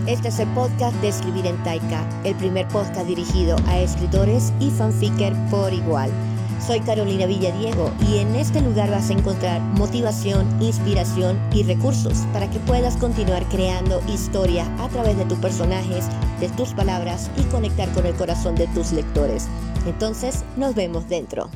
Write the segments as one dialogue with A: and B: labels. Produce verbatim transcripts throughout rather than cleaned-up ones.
A: Este es el podcast de Escribir en Taika, el primer podcast dirigido a escritores y fanficker por igual. Soy Carolina Villadiego y en este lugar vas a encontrar motivación, inspiración y recursos para que puedas continuar creando historia a través de tus personajes, de tus palabras y conectar con el corazón de tus lectores. Entonces, nos vemos dentro.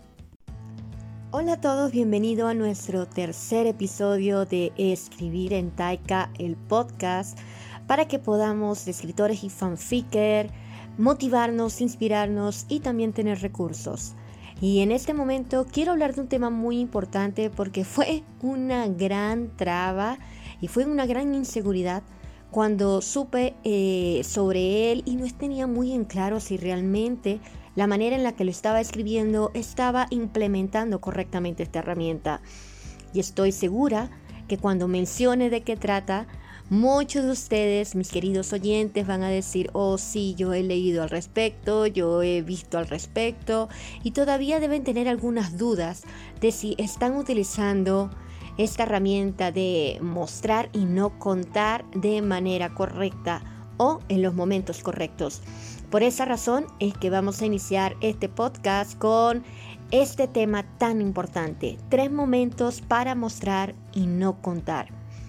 A: Hola a todos, bienvenido a nuestro tercer episodio de Escribir en Taika, el podcast, para que podamos, escritores y fanficker, motivarnos, inspirarnos y también tener recursos. Y en este momento quiero hablar de un tema muy importante porque fue una gran traba y fue una gran inseguridad cuando supe eh, sobre él y no tenía muy en claro si realmente la manera en la que lo estaba escribiendo estaba implementando correctamente esta herramienta. Y estoy segura que cuando mencione de qué trata, muchos de ustedes, mis queridos oyentes, van a decir, oh sí, yo he leído al respecto, yo he visto al respecto, y todavía deben tener algunas dudas de si están utilizando esta herramienta de mostrar y no contar de manera correcta o en los momentos correctos. Por esa razón es que vamos a iniciar este podcast con este tema tan importante, tres momentos para mostrar y no contar.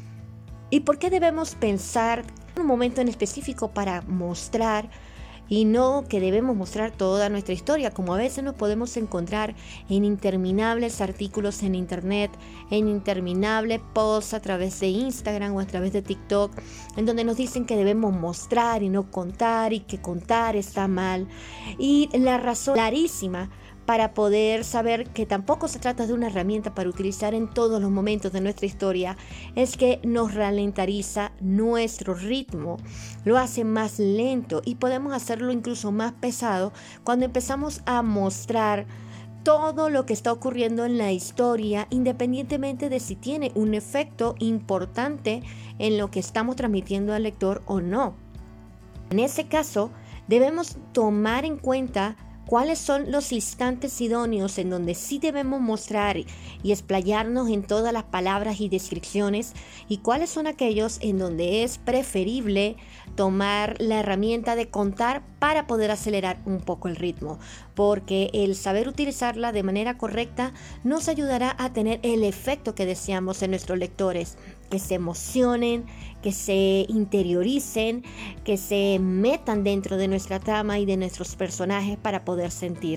A: ¿Y por qué debemos pensar en un momento en específico para mostrar y no que debemos mostrar toda nuestra historia? Como a veces nos podemos encontrar en interminables artículos en internet, en interminables posts a través de Instagram o a través de TikTok, en donde nos dicen que debemos mostrar y no contar y que contar está mal. Y la razón clarísima para poder saber que tampoco se trata de una herramienta para utilizar en todos los momentos de nuestra historia, es que nos ralentiza nuestro ritmo, lo hace más lento y podemos hacerlo incluso más pesado cuando empezamos a mostrar todo lo que está ocurriendo en la historia, independientemente de si tiene un efecto importante en lo que estamos transmitiendo al lector o no. En ese caso, debemos tomar en cuenta cuáles son los instantes idóneos en donde sí debemos mostrar y explayarnos en todas las palabras y descripciones, y cuáles son aquellos en donde es preferible tomar la herramienta de contar para poder acelerar un poco el ritmo, porque el saber utilizarla de manera correcta nos ayudará a tener el efecto que deseamos en nuestros lectores, que se emocionen, que se interioricen, que se metan dentro de nuestra trama y de nuestros personajes para poder sentir.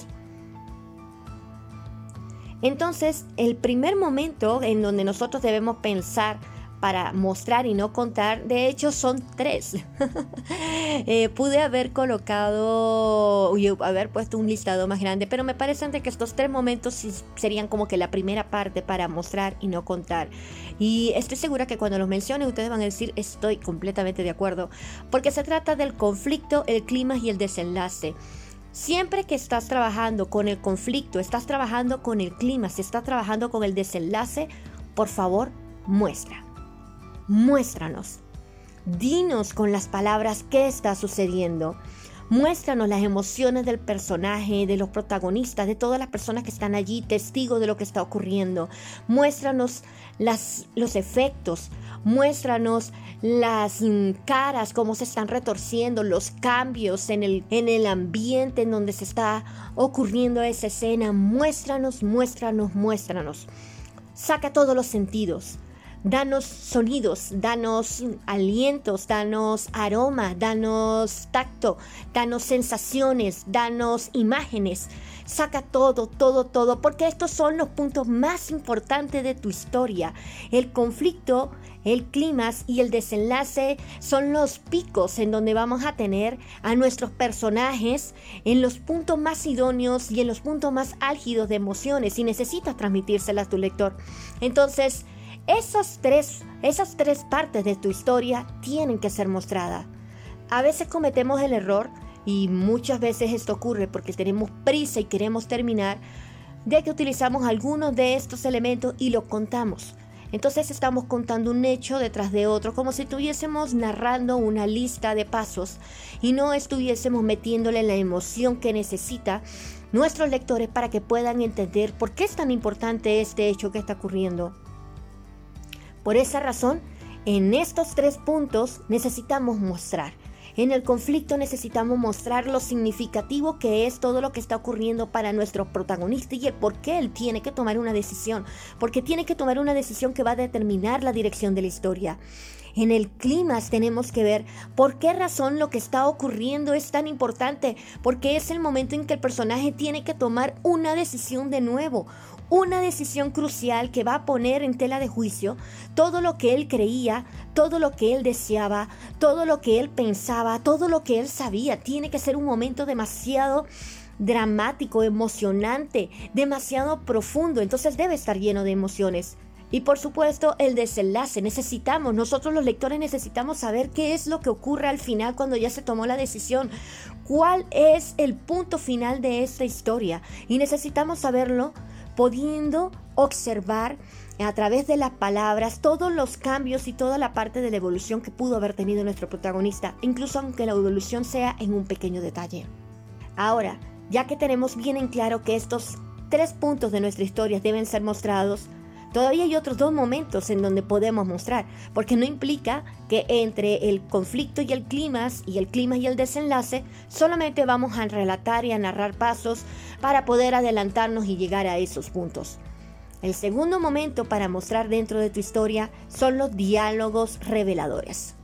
A: Entonces, el primer momento en donde nosotros debemos pensar para mostrar y no contar, de hecho son tres. eh, pude haber colocado, uy, haber puesto un listado más grande, pero me parece que estos tres momentos serían como que la primera parte para mostrar y no contar. Y estoy segura que cuando los mencione ustedes van a decir, estoy completamente de acuerdo, porque se trata del conflicto, el clímax y el desenlace. Siempre que estás trabajando con el conflicto, estás trabajando con el clímax, estás trabajando con el desenlace, por favor, muestra. Muéstranos, dinos con las palabras qué está sucediendo, muéstranos las emociones del personaje, de los protagonistas, de todas las personas que están allí, testigos de lo que está ocurriendo, muéstranos las, los efectos, muéstranos las mm, caras, cómo se están retorciendo, los cambios en el, en el ambiente en donde se está ocurriendo esa escena, muéstranos, muéstranos, muéstranos, saca todos los sentidos. Danos sonidos, danos alientos, danos aroma, danos tacto, danos sensaciones, danos imágenes. Saca todo, todo, todo, porque estos son los puntos más importantes de tu historia. El conflicto, el clímax y el desenlace son los picos en donde vamos a tener a nuestros personajes en los puntos más idóneos y en los puntos más álgidos de emociones y necesitas transmitírselas a tu lector. Entonces, Esas tres, esas tres partes de tu historia tienen que ser mostradas. A veces cometemos el error, y muchas veces esto ocurre porque tenemos prisa y queremos terminar, de que utilizamos algunos de estos elementos y lo contamos. Entonces estamos contando un hecho detrás de otro, como si estuviésemos narrando una lista de pasos y no estuviésemos metiéndole la emoción que necesita nuestros lectores para que puedan entender por qué es tan importante este hecho que está ocurriendo. Por esa razón En estos tres puntos necesitamos mostrar. En el conflicto necesitamos mostrar lo significativo que es todo lo que está ocurriendo para nuestro protagonista y el por qué él tiene que tomar una decisión. Porque tiene que tomar una decisión que va a determinar la dirección de la historia. En el clímax tenemos que ver por qué razón lo que está ocurriendo es tan importante. Porque es el momento en que el personaje tiene que tomar una decisión de nuevo. Una decisión crucial que va a poner en tela de juicio todo lo que él creía, todo lo que él deseaba, todo lo que él pensaba, todo lo que él sabía. Tiene que ser un momento demasiado dramático, emocionante, demasiado profundo. Entonces debe estar lleno de emociones. Y por supuesto el desenlace. Necesitamos, nosotros los lectores necesitamos saber qué es lo que ocurre al final cuando ya se tomó la decisión. ¿Cuál es el punto final de esta historia? Y necesitamos saberlo pudiendo observar a través de las palabras todos los cambios y toda la parte de la evolución que pudo haber tenido nuestro protagonista, incluso aunque la evolución sea en un pequeño detalle. Ahora, ya que tenemos bien en claro que estos tres puntos de nuestra historia deben ser mostrados, todavía hay otros dos momentos en donde podemos mostrar, porque no implica que entre el conflicto y el clímax y el clímax y el desenlace solamente vamos a relatar y a narrar pasos para poder adelantarnos y llegar a esos puntos. El segundo momento para mostrar dentro de tu historia son los diálogos reveladores.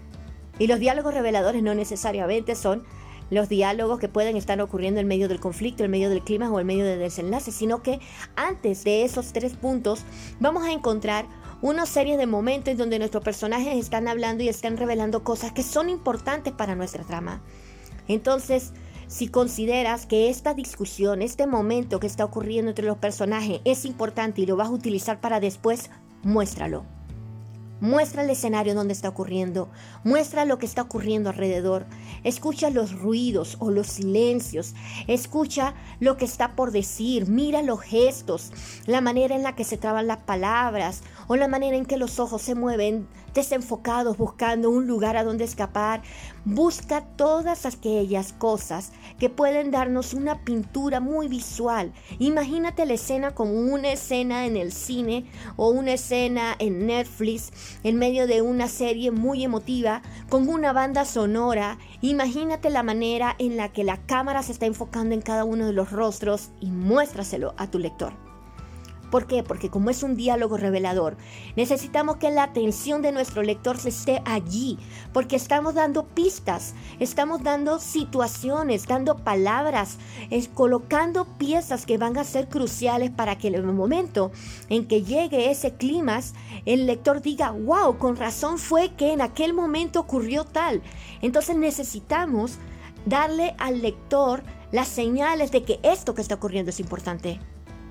A: Y los diálogos reveladores no necesariamente son los diálogos que pueden estar ocurriendo en medio del conflicto, en medio del clímax o en medio del desenlace, sino que antes de esos tres puntos vamos a encontrar una serie de momentos en donde nuestros personajes están hablando y están revelando cosas que son importantes para nuestra trama. Entonces, si consideras que esta discusión, este momento que está ocurriendo entre los personajes es importante y lo vas a utilizar para después, muéstralo. Muestra el escenario donde está ocurriendo, muestra lo que está ocurriendo alrededor, escucha los ruidos o los silencios, escucha lo que está por decir, mira los gestos, la manera en la que se traban las palabras o la manera en que los ojos se mueven desenfocados buscando un lugar a donde escapar. Busca todas aquellas cosas que pueden darnos una pintura muy visual. Imagínate la escena como una escena en el cine o una escena en Netflix en medio de una serie muy emotiva con una banda sonora. Imagínate la manera en la que la cámara se está enfocando en cada uno de los rostros y muéstraselo a tu lector. ¿Por qué? Porque como es un diálogo revelador, necesitamos que la atención de nuestro lector esté allí, porque estamos dando pistas, estamos dando situaciones, dando palabras, es, colocando piezas que van a ser cruciales para que en el momento en que llegue ese clímax, el lector diga, wow, con razón fue que en aquel momento ocurrió tal. Entonces necesitamos darle al lector las señales de que esto que está ocurriendo es importante.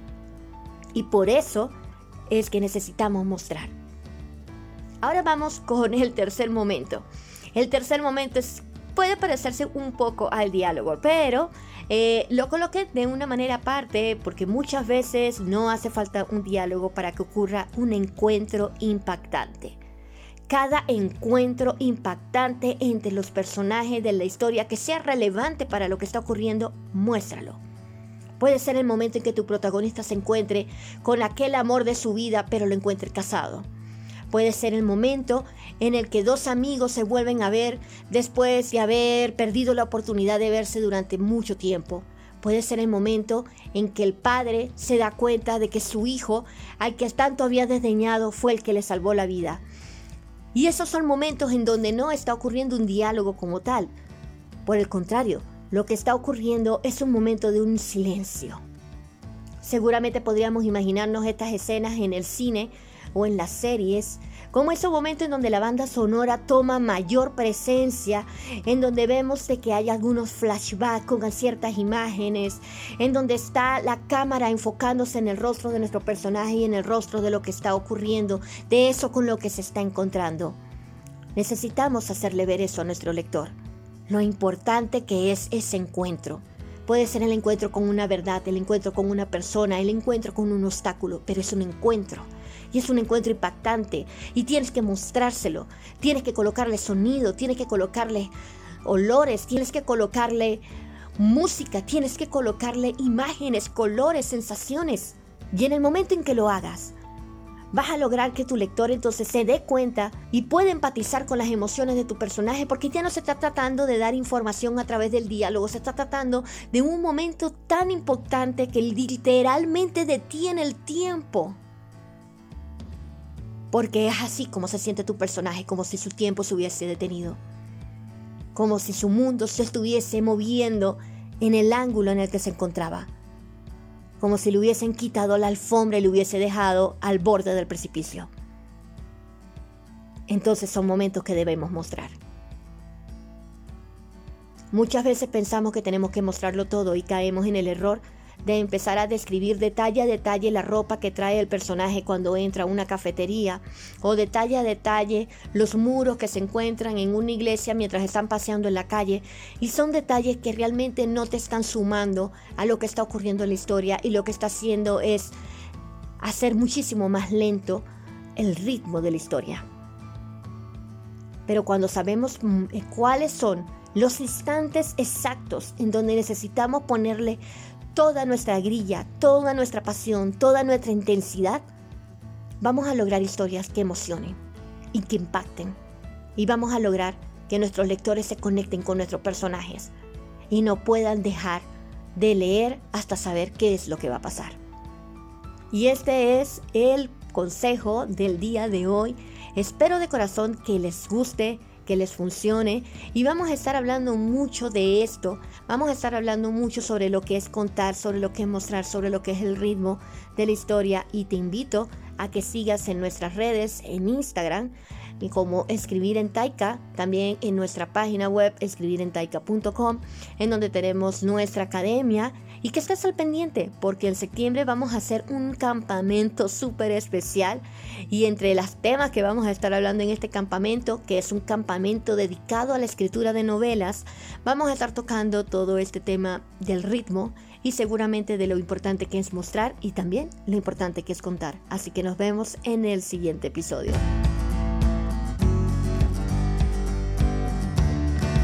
A: Y por eso es que necesitamos mostrar. Ahora vamos con el tercer momento. El tercer momento es, puede parecerse un poco al diálogo, pero eh, lo coloqué de una manera aparte porque muchas veces no hace falta un diálogo para que ocurra un encuentro impactante. Cada encuentro impactante entre los personajes de la historia que sea relevante para lo que está ocurriendo, muéstralo. Puede ser el momento en que tu protagonista se encuentre con aquel amor de su vida, pero lo encuentre casado. Puede ser el momento en el que dos amigos se vuelven a ver después de haber perdido la oportunidad de verse durante mucho tiempo. Puede ser el momento en que el padre se da cuenta de que su hijo, al que tanto había desdeñado, fue el que le salvó la vida. Y esos son momentos en donde no está ocurriendo un diálogo como tal. Por el contrario, lo que está ocurriendo es un momento de un silencio. Seguramente podríamos imaginarnos estas escenas en el cine o en las series, como esos momentos en donde la banda sonora toma mayor presencia, en donde vemos de que hay algunos flashbacks con ciertas imágenes, en donde está la cámara enfocándose en el rostro de nuestro personaje y en el rostro de lo que está ocurriendo, de eso con lo que se está encontrando. Necesitamos hacerle ver eso a nuestro lector. Lo importante que es ese encuentro. Puede ser el encuentro con una verdad, el encuentro con una persona, el encuentro con un obstáculo, pero es un encuentro. Y es un encuentro impactante. Y tienes que mostrárselo. Tienes que colocarle sonido, tienes que colocarle olores, tienes que colocarle música, tienes que colocarle imágenes, colores, sensaciones. Y en el momento en que lo hagas, Vas a lograr que tu lector entonces se dé cuenta y pueda empatizar con las emociones de tu personaje, porque ya no se está tratando de dar información a través del diálogo, se está tratando de un momento tan importante que literalmente detiene el tiempo. Porque es así como se siente tu personaje, como si su tiempo se hubiese detenido, como si su mundo se estuviese moviendo en el ángulo en el que se encontraba, como si le hubiesen quitado la alfombra y le hubiese dejado al borde del precipicio. Entonces son momentos que debemos mostrar. Muchas veces pensamos que tenemos que mostrarlo todo y caemos en el error de empezar a describir detalle a detalle la ropa que trae el personaje cuando entra a una cafetería, o detalle a detalle los muros que se encuentran en una iglesia mientras están paseando en la calle, y son detalles que realmente no te están sumando a lo que está ocurriendo en la historia, y lo que está haciendo es hacer muchísimo más lento el ritmo de la historia. Pero cuando sabemos cuáles son los instantes exactos en donde necesitamos ponerle toda nuestra grilla, toda nuestra pasión, toda nuestra intensidad, vamos a lograr historias que emocionen y que impacten. Y vamos a lograr que nuestros lectores se conecten con nuestros personajes y no puedan dejar de leer hasta saber qué es lo que va a pasar. Y este es el consejo del día de hoy. Espero de corazón que les guste, que les funcione, y vamos a estar hablando mucho de esto. Vamos a estar hablando mucho sobre lo que es contar, sobre lo que es mostrar, sobre lo que es el ritmo de la historia, y te invito a que sigas en nuestras redes, en Instagram, y como Escribir en Taika, también en nuestra página web escribir en taika punto com, en donde tenemos nuestra academia, y que estés al pendiente porque en septiembre vamos a hacer un campamento súper especial, y entre los temas que vamos a estar hablando en este campamento, que es un campamento dedicado a la escritura de novelas, vamos a estar tocando todo este tema del ritmo y seguramente de lo importante que es mostrar y también lo importante que es contar. Así que nos vemos en el siguiente episodio.